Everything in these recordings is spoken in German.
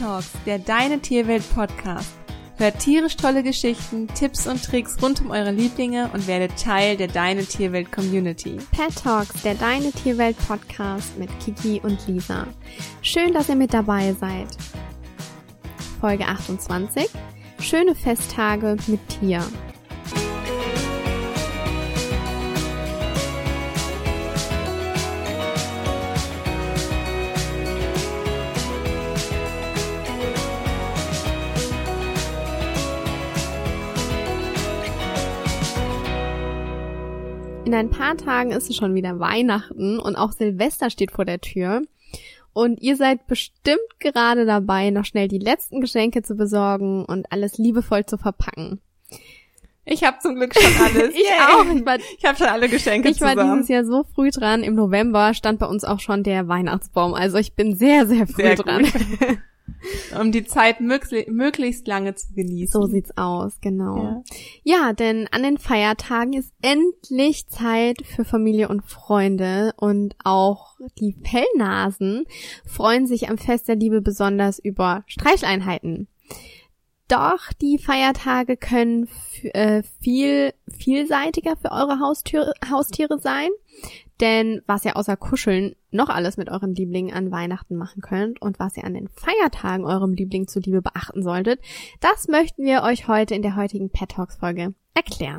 Talks, der Deine Tierwelt Podcast. Hört tierisch tolle Geschichten, Tipps und Tricks rund um eure Lieblinge und werdet Teil der Deine Tierwelt Community. Pet Talks, der Deine Tierwelt Podcast mit Kiki und Lisa. Schön, dass ihr mit dabei seid. Folge 28. Schöne Festtage mit Tier. In ein paar Tagen ist es schon wieder Weihnachten und auch Silvester steht vor der Tür. Und ihr seid bestimmt gerade dabei, noch schnell die letzten Geschenke zu besorgen und alles liebevoll zu verpacken. Ich habe zum Glück schon alles. Ich auch. Ich habe schon alle Geschenke zusammen. Ich war dieses Jahr so früh dran. Im November stand bei uns auch schon der Weihnachtsbaum. Also ich bin sehr, sehr früh dran. Um die Zeit möglichst lange zu genießen. So sieht's aus, genau. Ja, denn an den Feiertagen ist endlich Zeit für Familie und Freunde und auch die Fellnasen freuen sich am Fest der Liebe besonders über Streicheleinheiten. Doch die Feiertage können vielseitiger für eure Haustiere sein. Denn was ihr außer Kuscheln noch alles mit euren Lieblingen an Weihnachten machen könnt und was ihr an den Feiertagen eurem Liebling zuliebe beachten solltet, das möchten wir euch heute in der heutigen Pet Talks Folge erklären.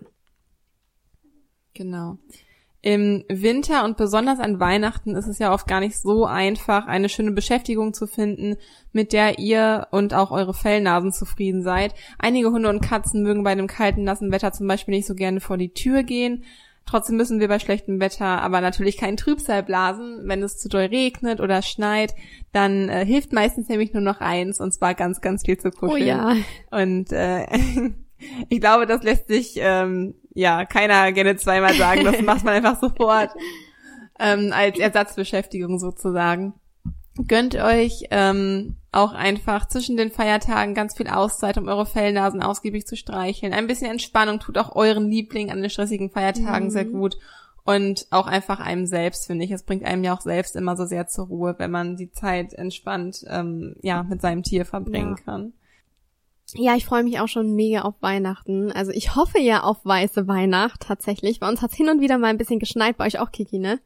Genau. Im Winter und besonders an Weihnachten ist es ja oft gar nicht so einfach, eine schöne Beschäftigung zu finden, mit der ihr und auch eure Fellnasen zufrieden seid. Einige Hunde und Katzen mögen bei dem kalten, nassen Wetter zum Beispiel nicht so gerne vor die Tür gehen. Trotzdem müssen wir bei schlechtem Wetter aber natürlich keinen Trübsal blasen. Wenn es zu doll regnet oder schneit, dann hilft meistens nämlich nur noch eins, und zwar ganz, ganz viel zu kuscheln. Oh ja. Und ich glaube, das lässt sich keiner gerne zweimal sagen. Das macht man einfach sofort als Ersatzbeschäftigung sozusagen. Gönnt euch auch einfach zwischen den Feiertagen ganz viel Auszeit, um eure Fellnasen ausgiebig zu streicheln. Ein bisschen Entspannung tut auch euren Liebling an den stressigen Feiertagen sehr gut. Und auch einfach einem selbst, finde ich. Es bringt einem ja auch selbst immer so sehr zur Ruhe, wenn man die Zeit entspannt mit seinem Tier verbringen kann. Ja, ich freue mich auch schon mega auf Weihnachten. Also ich hoffe ja auf weiße Weihnacht tatsächlich. Bei uns hat es hin und wieder mal ein bisschen geschneit, bei euch auch, Kiki, ne?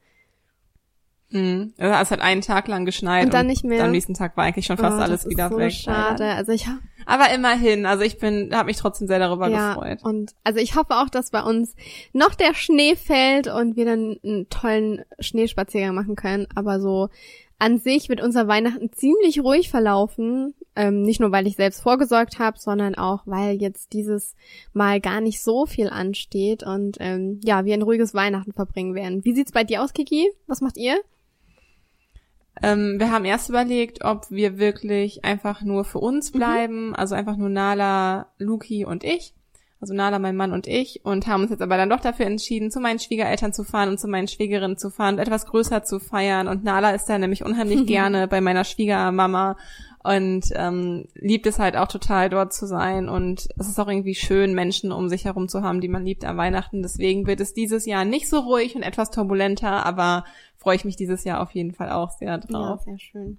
Es hat einen Tag lang geschneit und dann nicht mehr. Am nächsten Tag war eigentlich schon fast alles wieder so weg. Schade. Also aber immerhin, also habe mich trotzdem sehr darüber gefreut. Und also ich hoffe auch, dass bei uns noch der Schnee fällt und wir dann einen tollen Schneespaziergang machen können. Aber so an sich wird unser Weihnachten ziemlich ruhig verlaufen. Nicht nur, weil ich selbst vorgesorgt habe, sondern auch, weil jetzt dieses Mal gar nicht so viel ansteht und wir ein ruhiges Weihnachten verbringen werden. Wie sieht's bei dir aus, Kiki? Was macht ihr? Wir haben erst überlegt, ob wir wirklich einfach nur für uns bleiben, also einfach nur Nala, Luki und ich. Also Nala, mein Mann und ich, und haben uns jetzt aber dann doch dafür entschieden, zu meinen Schwiegereltern zu fahren und zu meinen Schwägerinnen zu fahren und etwas größer zu feiern. Und Nala ist da nämlich unheimlich gerne bei meiner Schwiegermama und liebt es halt auch total, dort zu sein. Und es ist auch irgendwie schön, Menschen um sich herum zu haben, die man liebt an Weihnachten. Deswegen wird es dieses Jahr nicht so ruhig und etwas turbulenter, aber freue ich mich dieses Jahr auf jeden Fall auch sehr drauf. Ja, sehr schön.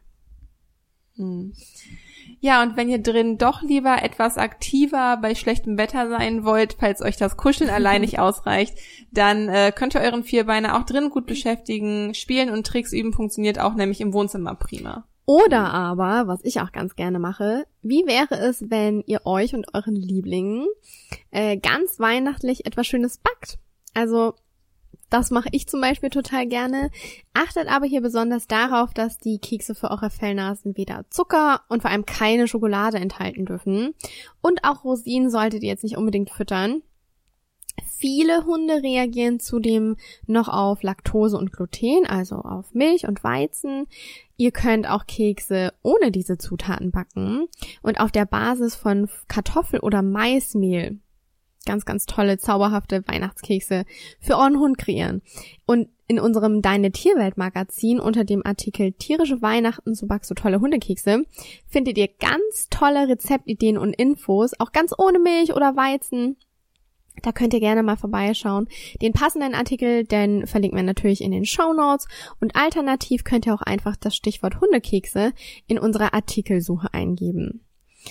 Ja, und wenn ihr drin doch lieber etwas aktiver bei schlechtem Wetter sein wollt, falls euch das Kuscheln allein nicht ausreicht, dann könnt ihr euren Vierbeiner auch drin gut beschäftigen. Spielen und Tricks üben funktioniert auch nämlich im Wohnzimmer prima. Oder aber, was ich auch ganz gerne mache, wie wäre es, wenn ihr euch und euren Lieblingen ganz weihnachtlich etwas Schönes backt? Also das mache ich zum Beispiel total gerne. Achtet aber hier besonders darauf, dass die Kekse für eure Fellnasen weder Zucker und vor allem keine Schokolade enthalten dürfen. Und auch Rosinen solltet ihr jetzt nicht unbedingt füttern. Viele Hunde reagieren zudem noch auf Laktose und Gluten, also auf Milch und Weizen. Ihr könnt auch Kekse ohne diese Zutaten backen und auf der Basis von Kartoffel- oder Maismehl ganz, ganz tolle, zauberhafte Weihnachtskekse für euren Hund kreieren. Und in unserem Deine Tierwelt Magazin unter dem Artikel Tierische Weihnachten, so backst du tolle Hundekekse, findet ihr ganz tolle Rezeptideen und Infos, auch ganz ohne Milch oder Weizen. Da könnt ihr gerne mal vorbeischauen. Den passenden Artikel, den verlinken wir natürlich in den Shownotes und alternativ könnt ihr auch einfach das Stichwort Hundekekse in unsere Artikelsuche eingeben.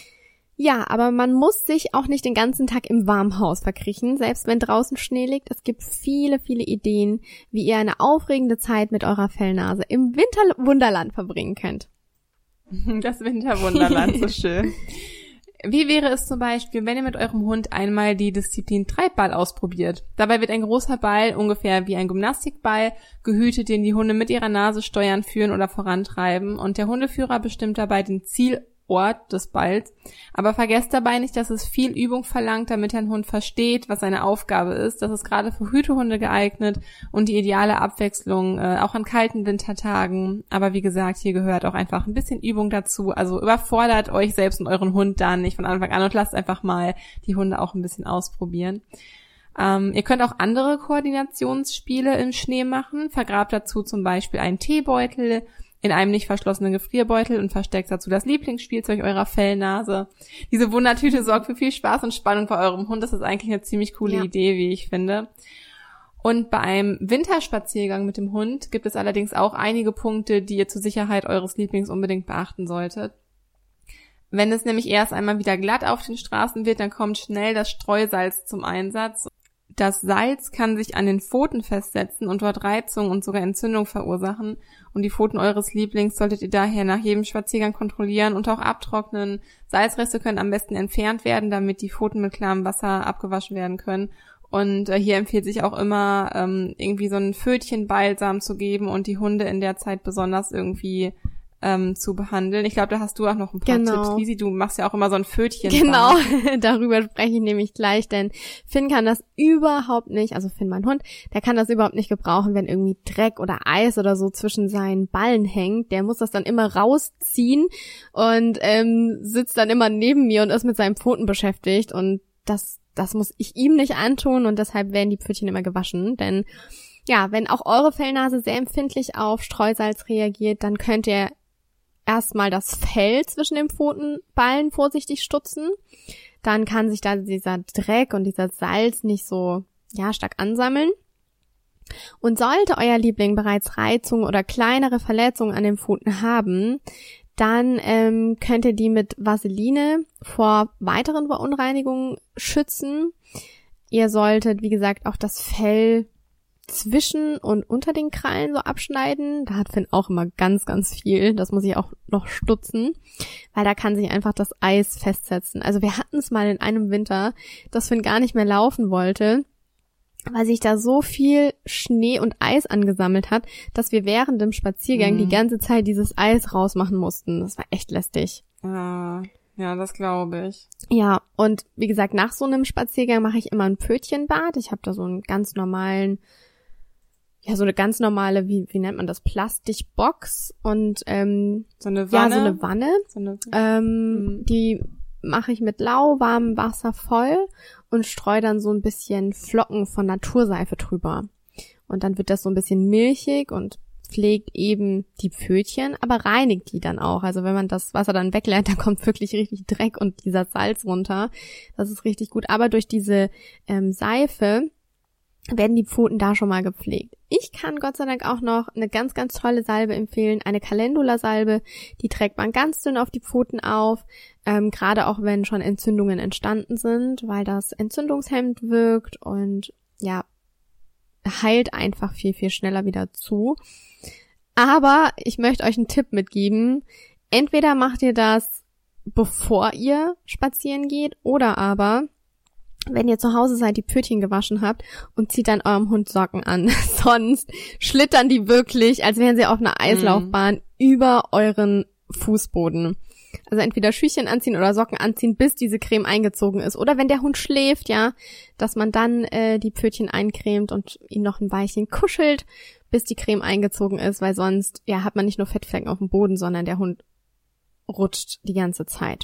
Ja, aber man muss sich auch nicht den ganzen Tag im Warmhaus verkriechen, selbst wenn draußen Schnee liegt. Es gibt viele, viele Ideen, wie ihr eine aufregende Zeit mit eurer Fellnase im Winterwunderland verbringen könnt. Das Winterwunderland, so schön. Wie wäre es zum Beispiel, wenn ihr mit eurem Hund einmal die Disziplin Treibball ausprobiert? Dabei wird ein großer Ball, ungefähr wie ein Gymnastikball, gehütet, den die Hunde mit ihrer Nase steuern, führen oder vorantreiben. Und der Hundeführer bestimmt dabei den Zielort des Balls. Aber vergesst dabei nicht, dass es viel Übung verlangt, damit ein Hund versteht, was seine Aufgabe ist. Das ist gerade für Hütehunde geeignet und die ideale Abwechslung, auch an kalten Wintertagen. Aber wie gesagt, hier gehört auch einfach ein bisschen Übung dazu. Also überfordert euch selbst und euren Hund dann nicht von Anfang an und lasst einfach mal die Hunde auch ein bisschen ausprobieren. Ihr könnt auch andere Koordinationsspiele im Schnee machen. Vergrabt dazu zum Beispiel einen Teebeutel in einem nicht verschlossenen Gefrierbeutel und versteckt dazu das Lieblingsspielzeug eurer Fellnase. Diese Wundertüte sorgt für viel Spaß und Spannung bei eurem Hund. Das ist eigentlich eine ziemlich coole Idee, wie ich finde. Und bei einem Winterspaziergang mit dem Hund gibt es allerdings auch einige Punkte, die ihr zur Sicherheit eures Lieblings unbedingt beachten solltet. Wenn es nämlich erst einmal wieder glatt auf den Straßen wird, dann kommt schnell das Streusalz zum Einsatz. Das Salz kann sich an den Pfoten festsetzen und dort Reizung und sogar Entzündung verursachen. Und die Pfoten eures Lieblings solltet ihr daher nach jedem Spaziergang kontrollieren und auch abtrocknen. Salzreste können am besten entfernt werden, damit die Pfoten mit klarem Wasser abgewaschen werden können. Und hier empfiehlt sich auch immer, irgendwie so ein Pfötchenbalsam zu geben und die Hunde in der Zeit besonders irgendwie zu behandeln. Ich glaube, da hast du auch noch ein paar Tipps. Lisi, du machst ja auch immer so ein Pfötchen. Genau, darüber spreche ich nämlich gleich, denn Finn kann das überhaupt nicht, also Finn, mein Hund, der kann das überhaupt nicht gebrauchen, wenn irgendwie Dreck oder Eis oder so zwischen seinen Ballen hängt. Der muss das dann immer rausziehen und sitzt dann immer neben mir und ist mit seinen Pfoten beschäftigt und das muss ich ihm nicht antun und deshalb werden die Pfötchen immer gewaschen, denn ja, wenn auch eure Fellnase sehr empfindlich auf Streusalz reagiert, dann könnt ihr erstmal das Fell zwischen den Pfotenballen vorsichtig stutzen. Dann kann sich da dieser Dreck und dieser Salz nicht so stark ansammeln. Und sollte euer Liebling bereits Reizungen oder kleinere Verletzungen an den Pfoten haben, dann könnt ihr die mit Vaseline vor weiteren Verunreinigungen schützen. Ihr solltet, wie gesagt, auch das Fell zwischen und unter den Krallen so abschneiden. Da hat Finn auch immer ganz, ganz viel. Das muss ich auch noch stutzen, weil da kann sich einfach das Eis festsetzen. Also wir hatten es mal in einem Winter, dass Finn gar nicht mehr laufen wollte, weil sich da so viel Schnee und Eis angesammelt hat, dass wir während dem Spaziergang die ganze Zeit dieses Eis rausmachen mussten. Das war echt lästig. Ja, das glaube ich. Ja, und wie gesagt, nach so einem Spaziergang mache ich immer ein Pfötchenbad. Ich habe da so einen ganz normalen, so eine ganz normale, wie nennt man das, Plastikbox und so eine Wanne. Ja, so eine Wanne. Die mache ich mit lauwarmem Wasser voll und streue dann so ein bisschen Flocken von Naturseife drüber. Und dann wird das so ein bisschen milchig und pflegt eben die Pfötchen, aber reinigt die dann auch. Also wenn man das Wasser dann wegleert, dann kommt wirklich richtig Dreck und dieser Salz runter. Das ist richtig gut. Aber durch diese Seife werden die Pfoten da schon mal gepflegt. Ich kann Gott sei Dank auch noch eine ganz, ganz tolle Salbe empfehlen, eine Calendula-Salbe, die trägt man ganz dünn auf die Pfoten auf, gerade auch wenn schon Entzündungen entstanden sind, weil das entzündungshemmend wirkt und heilt einfach viel, viel schneller wieder zu. Aber ich möchte euch einen Tipp mitgeben, entweder macht ihr das, bevor ihr spazieren geht, oder aber wenn ihr zu Hause seid, die Pfötchen gewaschen habt und zieht dann eurem Hund Socken an. Sonst schlittern die wirklich, als wären sie auf einer Eislaufbahn über euren Fußboden. Also entweder Schüchchen anziehen oder Socken anziehen, bis diese Creme eingezogen ist. Oder wenn der Hund schläft, dass man dann die Pfötchen eincremt und ihn noch ein Weilchen kuschelt, bis die Creme eingezogen ist, weil sonst hat man nicht nur Fettflecken auf dem Boden, sondern der Hund rutscht die ganze Zeit.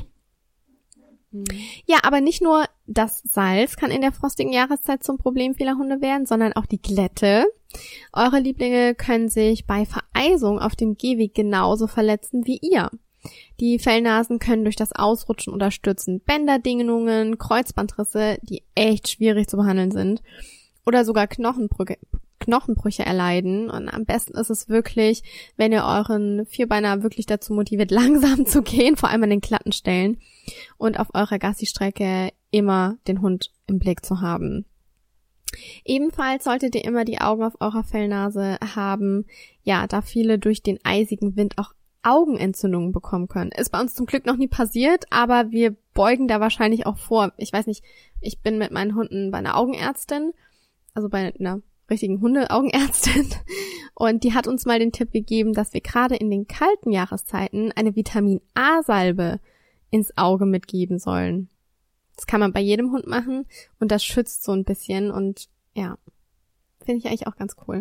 Ja, aber nicht nur das Salz kann in der frostigen Jahreszeit zum Problem vieler Hunde werden, sondern auch die Glätte. Eure Lieblinge können sich bei Vereisung auf dem Gehweg genauso verletzen wie ihr. Die Fellnasen können durch das Ausrutschen oder Stürzen Bänderdehnungen, Kreuzbandrisse, die echt schwierig zu behandeln sind, oder sogar Knochenbrüche erleiden. Und am besten ist es wirklich, wenn ihr euren Vierbeiner wirklich dazu motiviert, langsam zu gehen, vor allem an den glatten Stellen, und auf eurer Gassi-Strecke immer den Hund im Blick zu haben. Ebenfalls solltet ihr immer die Augen auf eurer Fellnase haben, ja, da viele durch den eisigen Wind auch Augenentzündungen bekommen können. Ist bei uns zum Glück noch nie passiert, aber wir beugen da wahrscheinlich auch vor. Ich weiß nicht, ich bin mit meinen Hunden bei einer Augenärztin, also bei einer richtigen Hunde-Augenärztin, und die hat uns mal den Tipp gegeben, dass wir gerade in den kalten Jahreszeiten eine Vitamin-A-Salbe ins Auge mitgeben sollen. Das kann man bei jedem Hund machen und das schützt so ein bisschen und ja, finde ich eigentlich auch ganz cool.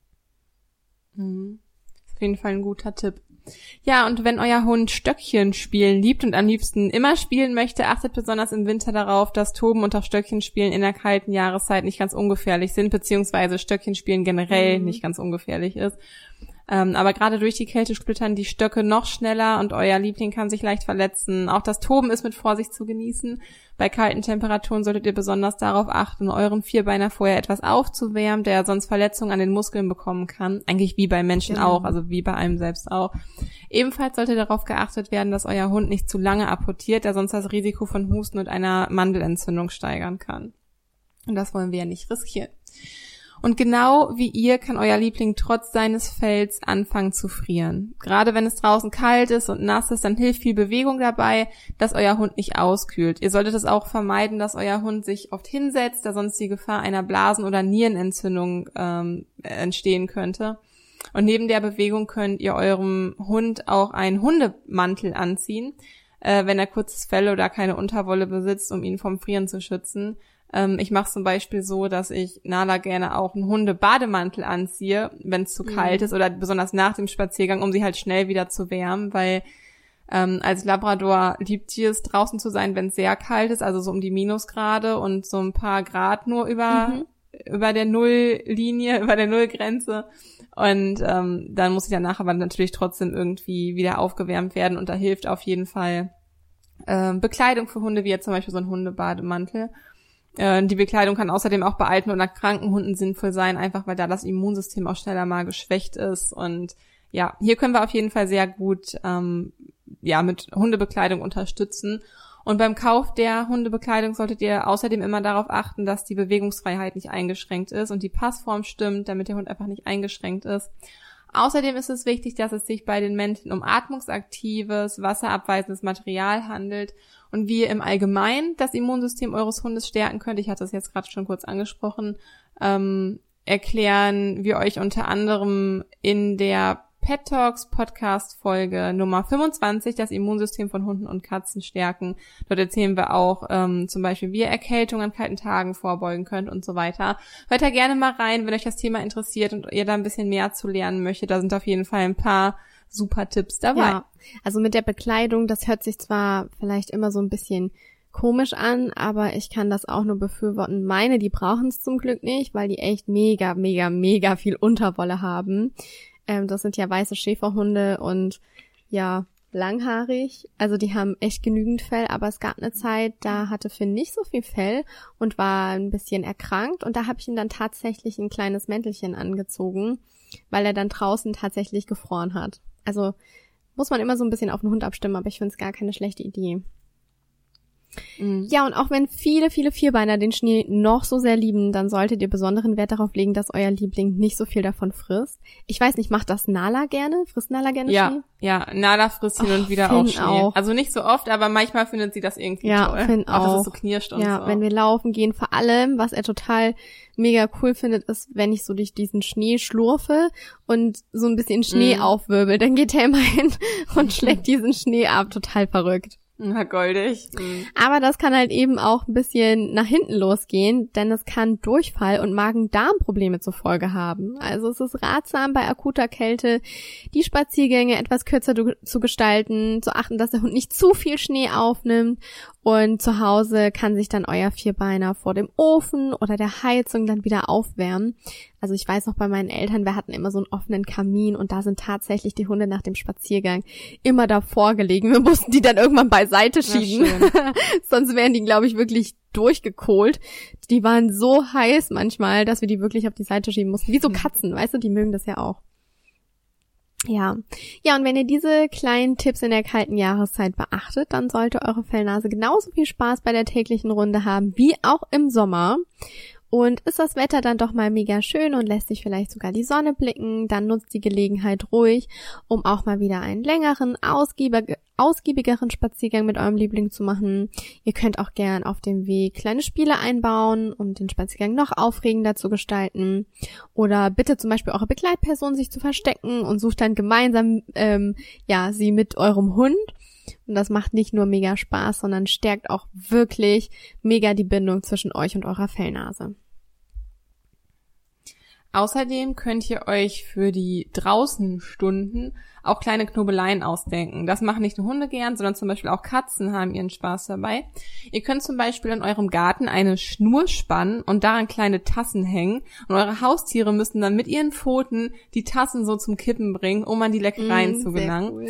Auf jeden Fall ein guter Tipp. Ja, und wenn euer Hund Stöckchen spielen liebt und am liebsten immer spielen möchte, achtet besonders im Winter darauf, dass Toben und auch Stöckchenspielen in der kalten Jahreszeit nicht ganz ungefährlich sind, beziehungsweise Stöckchenspielen generell nicht ganz ungefährlich ist. Aber gerade durch die Kälte splittern die Stöcke noch schneller und euer Liebling kann sich leicht verletzen. Auch das Toben ist mit Vorsicht zu genießen. Bei kalten Temperaturen solltet ihr besonders darauf achten, euren Vierbeiner vorher etwas aufzuwärmen, der sonst Verletzungen an den Muskeln bekommen kann. Eigentlich wie bei Menschen auch, also wie bei einem selbst auch. Ebenfalls sollte darauf geachtet werden, dass euer Hund nicht zu lange apportiert, der sonst das Risiko von Husten und einer Mandelentzündung steigern kann. Und das wollen wir ja nicht riskieren. Und genau wie ihr kann euer Liebling trotz seines Fells anfangen zu frieren. Gerade wenn es draußen kalt ist und nass ist, dann hilft viel Bewegung dabei, dass euer Hund nicht auskühlt. Ihr solltet es auch vermeiden, dass euer Hund sich oft hinsetzt, da sonst die Gefahr einer Blasen- oder Nierenentzündung entstehen könnte. Und neben der Bewegung könnt ihr eurem Hund auch einen Hundemantel anziehen, wenn er kurzes Fell oder keine Unterwolle besitzt, um ihn vom Frieren zu schützen. Ich mache zum Beispiel so, dass ich Nala gerne auch einen Hundebademantel anziehe, wenn es zu kalt ist oder besonders nach dem Spaziergang, um sie halt schnell wieder zu wärmen, weil als Labrador liebt sie es, draußen zu sein, wenn es sehr kalt ist, also so um die Minusgrade und so ein paar Grad nur über der Nulllinie, über der Nullgrenze. Und dann muss ich danach aber natürlich trotzdem irgendwie wieder aufgewärmt werden und da hilft auf jeden Fall Bekleidung für Hunde, wie jetzt zum Beispiel so ein Hundebademantel. Die Bekleidung kann außerdem auch bei alten oder kranken Hunden sinnvoll sein, einfach weil da das Immunsystem auch schneller mal geschwächt ist. Und ja, hier können wir auf jeden Fall sehr gut mit Hundebekleidung unterstützen. Und beim Kauf der Hundebekleidung solltet ihr außerdem immer darauf achten, dass die Bewegungsfreiheit nicht eingeschränkt ist und die Passform stimmt, damit der Hund einfach nicht eingeschränkt ist. Außerdem ist es wichtig, dass es sich bei den Mänteln um atmungsaktives, wasserabweisendes Material handelt und wie ihr im Allgemeinen das Immunsystem eures Hundes stärken könnt, ich hatte es jetzt gerade schon kurz angesprochen, erklären wir euch unter anderem in der Pet Talks Podcast Folge Nummer 25, das Immunsystem von Hunden und Katzen stärken. Dort erzählen wir auch zum Beispiel, wie ihr Erkältungen an kalten Tagen vorbeugen könnt und so weiter. Hört da gerne mal rein, wenn euch das Thema interessiert und ihr da ein bisschen mehr zu lernen möchtet. Da sind auf jeden Fall ein paar super Tipps dabei. Ja, also mit der Bekleidung, das hört sich zwar vielleicht immer so ein bisschen komisch an, aber ich kann das auch nur befürworten. Meine, die brauchen es zum Glück nicht, weil die echt mega, mega, mega viel Unterwolle haben. Das sind ja weiße Schäferhunde und ja, langhaarig. Also die haben echt genügend Fell, aber es gab eine Zeit, da hatte Finn nicht so viel Fell und war ein bisschen erkrankt und da habe ich ihm dann tatsächlich ein kleines Mäntelchen angezogen, weil er dann draußen tatsächlich gefroren hat. Also muss man immer so ein bisschen auf den Hund abstimmen, aber ich finde es gar keine schlechte Idee. Ja, und auch wenn viele, viele Vierbeiner den Schnee noch so sehr lieben, dann solltet ihr besonderen Wert darauf legen, dass euer Liebling nicht so viel davon frisst. Ich weiß nicht, macht das Nala gerne? Frisst Nala gerne Schnee? Ja, Nala frisst hin und wieder Finn auch Schnee. auch. Also nicht so oft, aber manchmal findet sie das irgendwie toll. Ja, Finn auch. Dass es so knirscht und so. Ja, wenn wir laufen gehen, vor allem, was er total mega cool findet, ist, wenn ich so durch diesen Schnee schlurfe und so ein bisschen Schnee aufwirbel, dann geht er immer hin und schlägt diesen Schnee ab. Total verrückt. Na, goldig. Aber das kann halt eben auch ein bisschen nach hinten losgehen, denn es kann Durchfall und Magen-Darm-Probleme zur Folge haben. Also es ist ratsam, bei akuter Kälte die Spaziergänge etwas kürzer zu gestalten, zu achten, dass der Hund nicht zu viel Schnee aufnimmt. Und zu Hause kann sich dann euer Vierbeiner vor dem Ofen oder der Heizung dann wieder aufwärmen. Also ich weiß noch, bei meinen Eltern, wir hatten immer so einen offenen Kamin und da sind tatsächlich die Hunde nach dem Spaziergang immer davor gelegen. Wir mussten die dann irgendwann beiseite schieben. Sonst wären die, glaube ich, wirklich durchgekohlt. Die waren so heiß manchmal, dass wir die wirklich auf die Seite schieben mussten. Wie so Katzen, weißt du, die mögen das ja auch. Ja, und wenn ihr diese kleinen Tipps in der kalten Jahreszeit beachtet, dann sollte eure Fellnase genauso viel Spaß bei der täglichen Runde haben wie auch im Sommer. Und ist das Wetter dann doch mal mega schön und lässt sich vielleicht sogar die Sonne blicken, dann nutzt die Gelegenheit ruhig, um auch mal wieder einen längeren, ausgiebigeren Spaziergang mit eurem Liebling zu machen. Ihr könnt auch gern auf dem Weg kleine Spiele einbauen, um den Spaziergang noch aufregender zu gestalten. Oder bittet zum Beispiel eure Begleitperson, sich zu verstecken und sucht dann gemeinsam sie mit eurem Hund. Und das macht nicht nur mega Spaß, sondern stärkt auch wirklich mega die Bindung zwischen euch und eurer Fellnase. Außerdem könnt ihr euch für die Draußenstunden auch kleine Knobeleien ausdenken. Das machen nicht nur Hunde gern, sondern zum Beispiel auch Katzen haben ihren Spaß dabei. Ihr könnt zum Beispiel in eurem Garten eine Schnur spannen und daran kleine Tassen hängen. Und eure Haustiere müssen dann mit ihren Pfoten die Tassen so zum Kippen bringen, um an die Leckereien zu gelangen. Cool.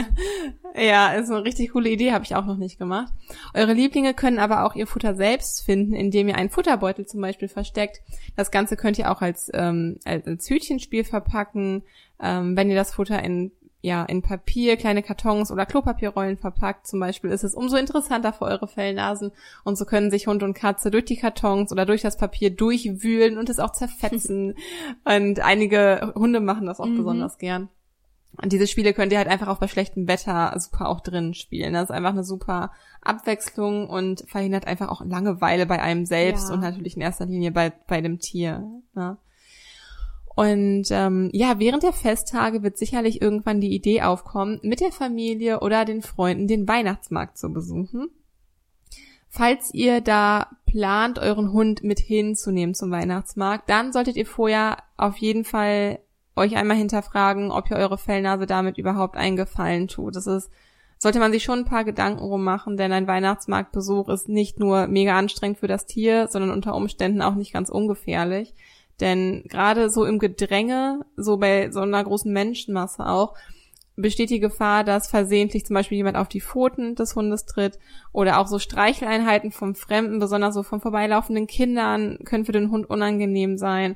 Ja, ist eine richtig coole Idee, habe ich auch noch nicht gemacht. Eure Lieblinge können aber auch ihr Futter selbst finden, indem ihr einen Futterbeutel zum Beispiel versteckt. Das Ganze könnt ihr auch als Hütchenspiel verpacken, wenn ihr das Futter in Papier, kleine Kartons oder Klopapierrollen verpackt zum Beispiel, ist es umso interessanter für eure Fellnasen und so können sich Hund und Katze durch die Kartons oder durch das Papier durchwühlen und es auch zerfetzen und einige Hunde machen das auch besonders gern. Und diese Spiele könnt ihr halt einfach auch bei schlechtem Wetter super auch drinnen spielen. Das ist einfach eine super Abwechslung und verhindert einfach auch Langeweile bei einem selbst und natürlich in erster Linie bei dem Tier. Ne? Und während der Festtage wird sicherlich irgendwann die Idee aufkommen, mit der Familie oder den Freunden den Weihnachtsmarkt zu besuchen. Falls ihr da plant, euren Hund mit hinzunehmen zum Weihnachtsmarkt, dann solltet ihr vorher auf jeden Fall euch einmal hinterfragen, ob ihr eure Fellnase damit überhaupt einen Gefallen tut. Sollte man sich schon ein paar Gedanken rummachen, denn ein Weihnachtsmarktbesuch ist nicht nur mega anstrengend für das Tier, sondern unter Umständen auch nicht ganz ungefährlich. Denn gerade so im Gedränge, so bei so einer großen Menschenmasse auch, besteht die Gefahr, dass versehentlich zum Beispiel jemand auf die Pfoten des Hundes tritt oder auch so Streicheleinheiten vom Fremden, besonders so von vorbeilaufenden Kindern, können für den Hund unangenehm sein.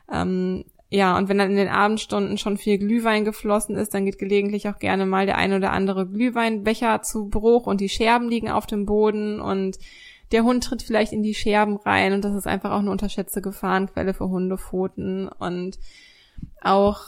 Und wenn dann in den Abendstunden schon viel Glühwein geflossen ist, dann geht gelegentlich auch gerne mal der ein oder andere Glühweinbecher zu Bruch und die Scherben liegen auf dem Boden und der Hund tritt vielleicht in die Scherben rein und das ist einfach auch eine unterschätzte Gefahrenquelle für Hundepfoten und auch,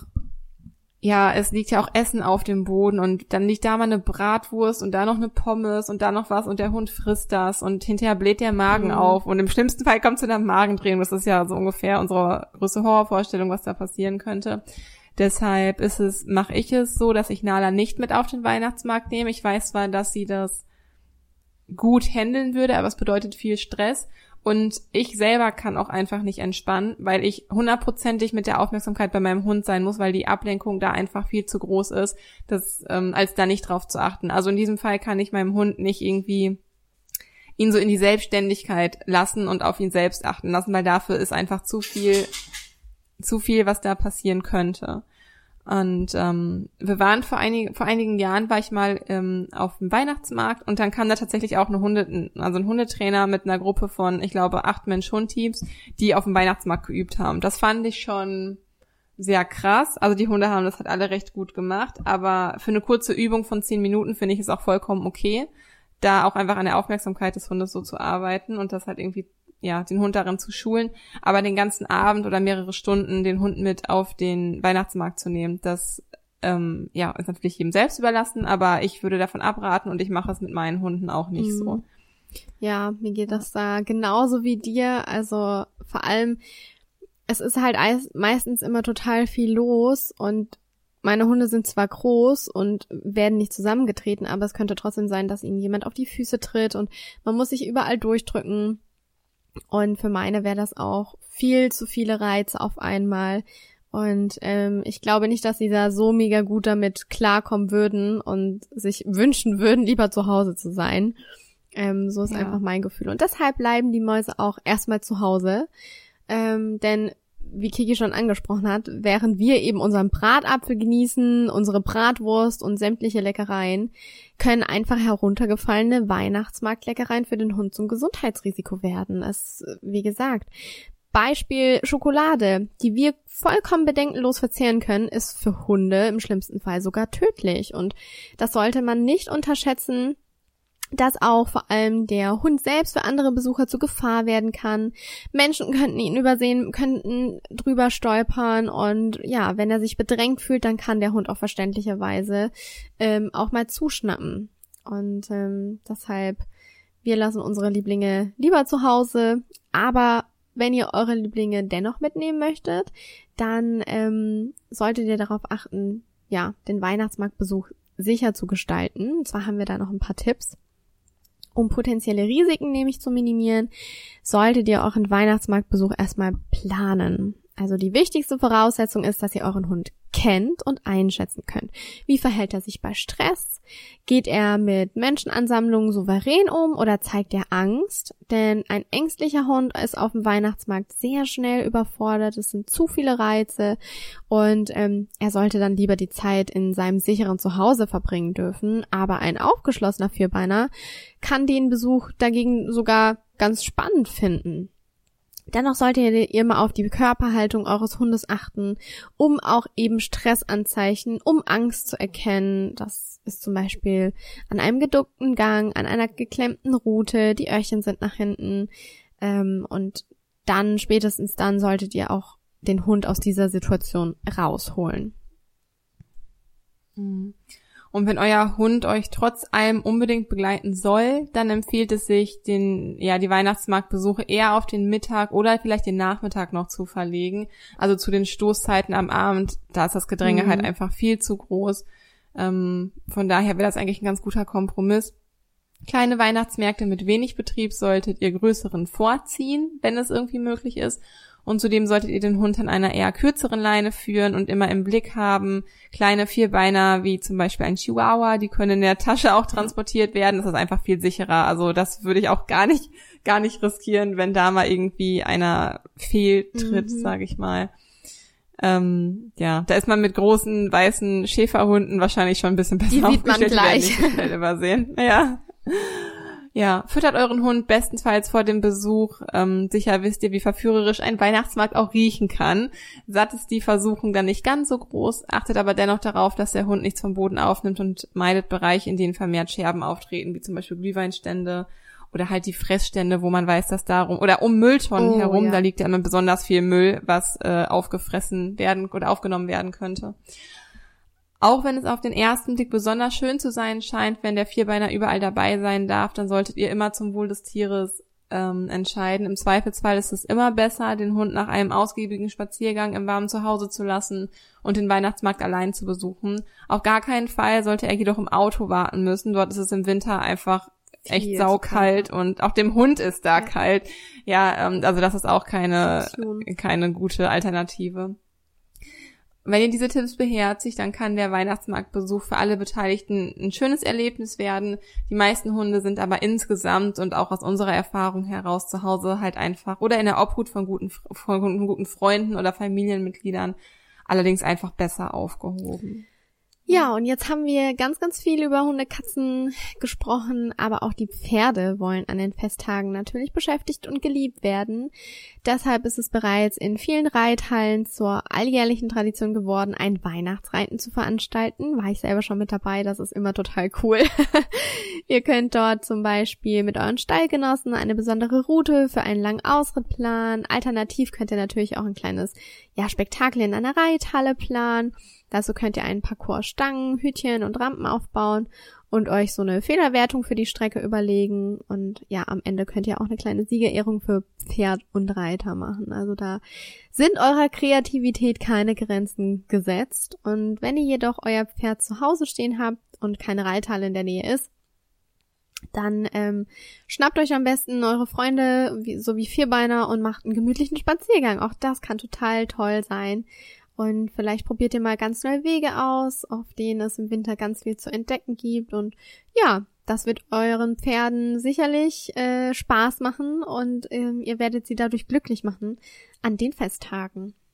es liegt ja auch Essen auf dem Boden und dann liegt da mal eine Bratwurst und da noch eine Pommes und da noch was und der Hund frisst das und hinterher bläht der Magen auf und im schlimmsten Fall kommt es zu einer Magendrehung. Das ist ja so ungefähr unsere größte Horrorvorstellung, was da passieren könnte. Deshalb mache ich es so, dass ich Nala nicht mit auf den Weihnachtsmarkt nehme. Ich weiß zwar, dass sie das gut handeln würde, aber es bedeutet viel Stress und ich selber kann auch einfach nicht entspannen, weil ich 100%ig mit der Aufmerksamkeit bei meinem Hund sein muss, weil die Ablenkung da einfach viel zu groß ist, als da nicht drauf zu achten. Also in diesem Fall kann ich meinem Hund nicht irgendwie ihn so in die Selbstständigkeit lassen und auf ihn selbst achten lassen, weil dafür ist einfach zu viel, was da passieren könnte. Und wir waren vor einigen Jahren war ich mal auf dem Weihnachtsmarkt und dann kam da tatsächlich auch ein Hundetrainer mit einer Gruppe von, ich glaube, 8 Mensch-Hund-Teams, die auf dem Weihnachtsmarkt geübt haben. Das fand ich schon sehr krass. Also die Hunde haben das halt alle recht gut gemacht, aber für eine kurze Übung von 10 Minuten finde ich es auch vollkommen okay, da auch einfach an der Aufmerksamkeit des Hundes so zu arbeiten und das halt irgendwie den Hund darin zu schulen, aber den ganzen Abend oder mehrere Stunden den Hund mit auf den Weihnachtsmarkt zu nehmen, das ist natürlich jedem selbst überlassen, aber ich würde davon abraten und ich mache es mit meinen Hunden auch nicht so. Ja, mir geht das da genauso wie dir, also vor allem, es ist halt meistens immer total viel los und meine Hunde sind zwar groß und werden nicht zusammengetreten, aber es könnte trotzdem sein, dass ihnen jemand auf die Füße tritt und man muss sich überall durchdrücken. Und für meine wäre das auch viel zu viele Reize auf einmal. Und ich glaube nicht, dass sie da so mega gut damit klarkommen würden und sich wünschen würden, lieber zu Hause zu sein. So ist einfach mein Gefühl. Und deshalb bleiben die Mäuse auch erstmal zu Hause. Denn wie Kiki schon angesprochen hat, während wir eben unseren Bratapfel genießen, unsere Bratwurst und sämtliche Leckereien, können einfach heruntergefallene Weihnachtsmarktleckereien für den Hund zum Gesundheitsrisiko werden. Wie gesagt, Beispiel Schokolade, die wir vollkommen bedenkenlos verzehren können, ist für Hunde im schlimmsten Fall sogar tödlich. Und das sollte man nicht unterschätzen, dass auch vor allem der Hund selbst für andere Besucher zu Gefahr werden kann. Menschen könnten ihn übersehen, könnten drüber stolpern und ja, wenn er sich bedrängt fühlt, dann kann der Hund auch verständlicherweise auch mal zuschnappen. Und deshalb, wir lassen unsere Lieblinge lieber zu Hause, aber wenn ihr eure Lieblinge dennoch mitnehmen möchtet, dann solltet ihr darauf achten, ja, den Weihnachtsmarktbesuch sicher zu gestalten. Und zwar haben wir da noch ein paar Tipps. Um potenzielle Risiken nämlich zu minimieren, solltet ihr euren Weihnachtsmarktbesuch erstmal planen. Also die wichtigste Voraussetzung ist, dass ihr euren Hund kennt und einschätzen könnt. Wie verhält er sich bei Stress? Geht er mit Menschenansammlungen souverän um oder zeigt er Angst? Denn ein ängstlicher Hund ist auf dem Weihnachtsmarkt sehr schnell überfordert. Es sind zu viele Reize und er sollte dann lieber die Zeit in seinem sicheren Zuhause verbringen dürfen. Aber ein aufgeschlossener Vierbeiner kann den Besuch dagegen sogar ganz spannend finden. Dennoch solltet ihr immer auf die Körperhaltung eures Hundes achten, um auch eben Stressanzeichen, um Angst zu erkennen. Das ist zum Beispiel an einem geduckten Gang, an einer geklemmten Rute, die Öhrchen sind nach hinten. Und dann, spätestens dann, solltet ihr auch den Hund aus dieser Situation rausholen. Und wenn euer Hund euch trotz allem unbedingt begleiten soll, dann empfiehlt es sich, die Weihnachtsmarktbesuche eher auf den Mittag oder vielleicht den Nachmittag noch zu verlegen. Also zu den Stoßzeiten am Abend, da ist das Gedränge halt einfach viel zu groß. Von daher wäre das eigentlich ein ganz guter Kompromiss. Kleine Weihnachtsmärkte mit wenig Betrieb solltet ihr größeren vorziehen, wenn es irgendwie möglich ist. Und zudem solltet ihr den Hund an einer eher kürzeren Leine führen und immer im Blick haben. Kleine Vierbeiner wie zum Beispiel ein Chihuahua, die können in der Tasche auch transportiert werden. Das ist einfach viel sicherer. Also das würde ich auch gar nicht riskieren, wenn da mal irgendwie einer fehltritt, sage ich mal. Da ist man mit großen weißen Schäferhunden wahrscheinlich schon ein bisschen besser aufgestellt. Die sieht man gleich. Die werden nicht so schnell übersehen. Ja, füttert euren Hund bestenfalls vor dem Besuch. Sicher wisst ihr, wie verführerisch ein Weihnachtsmarkt auch riechen kann. Satt ist die Versuchung dann nicht ganz so groß, achtet aber dennoch darauf, dass der Hund nichts vom Boden aufnimmt und meidet Bereiche, in denen vermehrt Scherben auftreten, wie zum Beispiel Glühweinstände oder halt die Fressstände, wo man weiß, dass darum, oder um Mülltonnen herum, da liegt ja immer besonders viel Müll, was aufgefressen werden oder aufgenommen werden könnte. Auch wenn es auf den ersten Blick besonders schön zu sein scheint, wenn der Vierbeiner überall dabei sein darf, dann solltet ihr immer zum Wohl des Tieres entscheiden. Im Zweifelsfall ist es immer besser, den Hund nach einem ausgiebigen Spaziergang im warmen Zuhause zu lassen und den Weihnachtsmarkt allein zu besuchen. Auf gar keinen Fall sollte er jedoch im Auto warten müssen. Dort ist es im Winter einfach echt saukalt und auch dem Hund ist da kalt. Ja, also das ist auch keine gute Alternative. Wenn ihr diese Tipps beherzigt, dann kann der Weihnachtsmarktbesuch für alle Beteiligten ein schönes Erlebnis werden. Die meisten Hunde sind aber insgesamt und auch aus unserer Erfahrung heraus zu Hause halt einfach oder in der Obhut von guten Freunden oder Familienmitgliedern allerdings einfach besser aufgehoben. Ja, und jetzt haben wir ganz, ganz viel über Hunde, Katzen gesprochen, aber auch die Pferde wollen an den Festtagen natürlich beschäftigt und geliebt werden. Deshalb ist es bereits in vielen Reithallen zur alljährlichen Tradition geworden, ein Weihnachtsreiten zu veranstalten. War ich selber schon mit dabei, das ist immer total cool. Ihr könnt dort zum Beispiel mit euren Stallgenossen eine besondere Route für einen langen Ausritt planen. Alternativ könnt ihr natürlich auch ein kleines Spektakel in einer Reithalle planen. Dazu könnt ihr einen Parcours Stangen, Hütchen und Rampen aufbauen und euch so eine Fehlerwertung für die Strecke überlegen. Und ja, am Ende könnt ihr auch eine kleine Siegerehrung für Pferd und Reiter machen. Also da sind eurer Kreativität keine Grenzen gesetzt. Und wenn ihr jedoch euer Pferd zu Hause stehen habt und keine Reithalle in der Nähe ist, dann schnappt euch am besten eure Freunde sowie Vierbeiner und macht einen gemütlichen Spaziergang. Auch das kann total toll sein. Und vielleicht probiert ihr mal ganz neue Wege aus, auf denen es im Winter ganz viel zu entdecken gibt. Und ja, das wird euren Pferden sicherlich Spaß machen und ihr werdet sie dadurch glücklich machen an den Festtagen.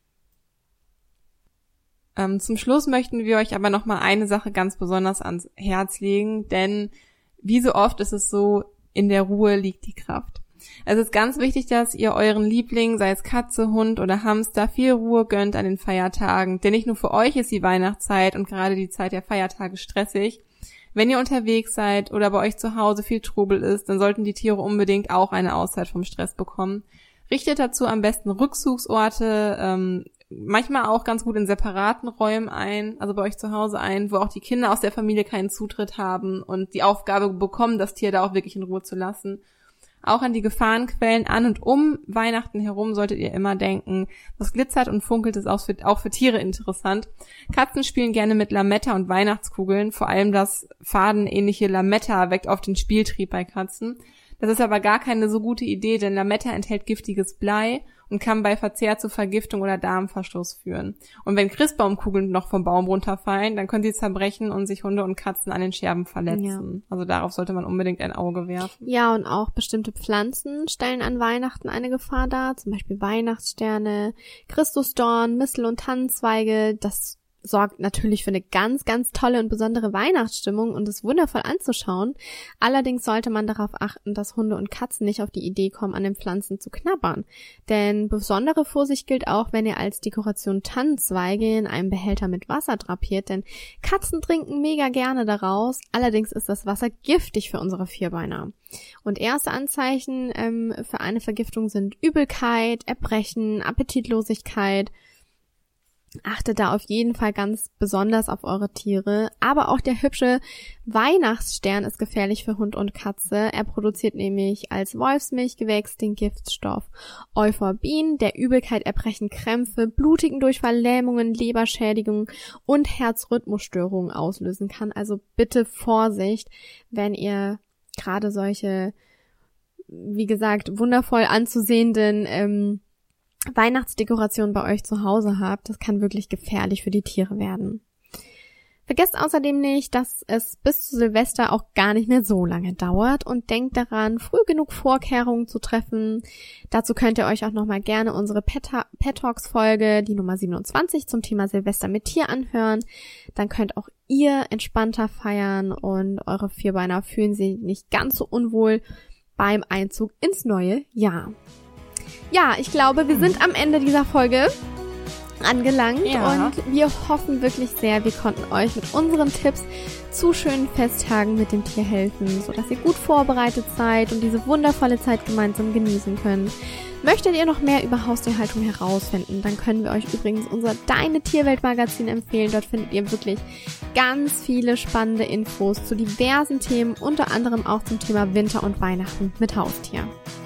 Zum Schluss möchten wir euch aber nochmal eine Sache ganz besonders ans Herz legen, denn wie so oft ist es so, in der Ruhe liegt die Kraft. Es ist ganz wichtig, dass ihr euren Liebling, sei es Katze, Hund oder Hamster, viel Ruhe gönnt an den Feiertagen, denn nicht nur für euch ist die Weihnachtszeit und gerade die Zeit der Feiertage stressig. Wenn ihr unterwegs seid oder bei euch zu Hause viel Trubel ist, dann sollten die Tiere unbedingt auch eine Auszeit vom Stress bekommen. Richtet dazu am besten Rückzugsorte, manchmal auch ganz gut in separaten Räumen ein, also bei euch zu Hause ein, wo auch die Kinder aus der Familie keinen Zutritt haben und die Aufgabe bekommen, das Tier da auch wirklich in Ruhe zu lassen. Auch an die Gefahrenquellen an und um Weihnachten herum solltet ihr immer denken. Was glitzert und funkelt ist auch für Tiere interessant. Katzen spielen gerne mit Lametta und Weihnachtskugeln, vor allem das fadenähnliche Lametta weckt oft den Spieltrieb bei Katzen. Das ist aber gar keine so gute Idee, denn Lametta enthält giftiges Blei und kann bei Verzehr zu Vergiftung oder Darmverstoß führen. Und wenn Christbaumkugeln noch vom Baum runterfallen, dann können sie zerbrechen und sich Hunde und Katzen an den Scherben verletzen. Ja. Also darauf sollte man unbedingt ein Auge werfen. Ja, und auch bestimmte Pflanzen stellen an Weihnachten eine Gefahr dar, zum Beispiel Weihnachtssterne, Christusdorn, Mistel- und Tannenzweige. Das sorgt natürlich für eine ganz, ganz tolle und besondere Weihnachtsstimmung und ist wundervoll anzuschauen. Allerdings sollte man darauf achten, dass Hunde und Katzen nicht auf die Idee kommen, an den Pflanzen zu knabbern. Denn besondere Vorsicht gilt auch, wenn ihr als Dekoration Tannenzweige in einem Behälter mit Wasser drapiert, denn Katzen trinken mega gerne daraus. Allerdings ist das Wasser giftig für unsere Vierbeiner. Und erste Anzeichen für eine Vergiftung sind Übelkeit, Erbrechen, Appetitlosigkeit. Achtet da auf jeden Fall ganz besonders auf eure Tiere. Aber auch der hübsche Weihnachtsstern ist gefährlich für Hund und Katze. Er produziert nämlich als Wolfsmilchgewächs den Giftstoff Euphorbin, der Übelkeit, Erbrechen, Krämpfe, blutigen Durchfall, Lähmungen, Leberschädigungen und Herzrhythmusstörungen auslösen kann. Also bitte Vorsicht, wenn ihr gerade solche, wie gesagt, wundervoll anzusehenden Weihnachtsdekoration bei euch zu Hause habt. Das kann wirklich gefährlich für die Tiere werden. Vergesst außerdem nicht, dass es bis zu Silvester auch gar nicht mehr so lange dauert und denkt daran, früh genug Vorkehrungen zu treffen. Dazu könnt ihr euch auch nochmal gerne unsere Pet Talks Folge, die Nummer 27 zum Thema Silvester mit Tier anhören. Dann könnt auch ihr entspannter feiern und eure Vierbeiner fühlen sich nicht ganz so unwohl beim Einzug ins neue Jahr. Ja, ich glaube, wir sind am Ende dieser Folge angelangt und wir hoffen wirklich sehr, wir konnten euch mit unseren Tipps zu schönen Festtagen mit dem Tier helfen, sodass ihr gut vorbereitet seid und diese wundervolle Zeit gemeinsam genießen könnt. Möchtet ihr noch mehr über Haustierhaltung herausfinden, dann können wir euch übrigens unser Deine Tierwelt Magazin empfehlen. Dort findet ihr wirklich ganz viele spannende Infos zu diversen Themen, unter anderem auch zum Thema Winter und Weihnachten mit Haustier.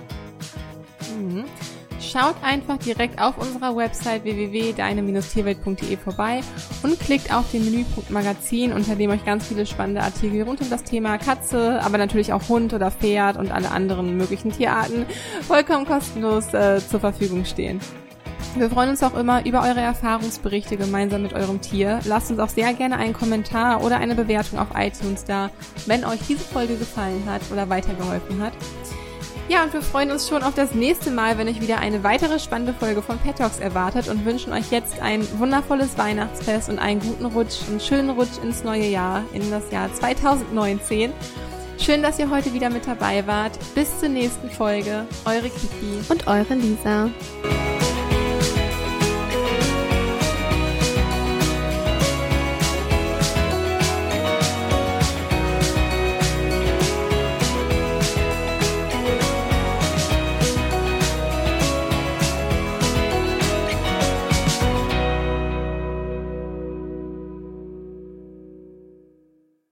Schaut einfach direkt auf unserer Website www.deine-tierwelt.de vorbei und klickt auf den Menüpunkt Magazin, unter dem euch ganz viele spannende Artikel rund um das Thema Katze, aber natürlich auch Hund oder Pferd und alle anderen möglichen Tierarten vollkommen kostenlos zur Verfügung stehen. Wir freuen uns auch immer über eure Erfahrungsberichte gemeinsam mit eurem Tier. Lasst uns auch sehr gerne einen Kommentar oder eine Bewertung auf iTunes da, wenn euch diese Folge gefallen hat oder weitergeholfen hat. Ja, und wir freuen uns schon auf das nächste Mal, wenn euch wieder eine weitere spannende Folge von Pet Talks erwartet und wünschen euch jetzt ein wundervolles Weihnachtsfest und einen guten Rutsch, einen schönen Rutsch ins neue Jahr, in das Jahr 2019. Schön, dass ihr heute wieder mit dabei wart. Bis zur nächsten Folge. Eure Kiki und eure Lisa.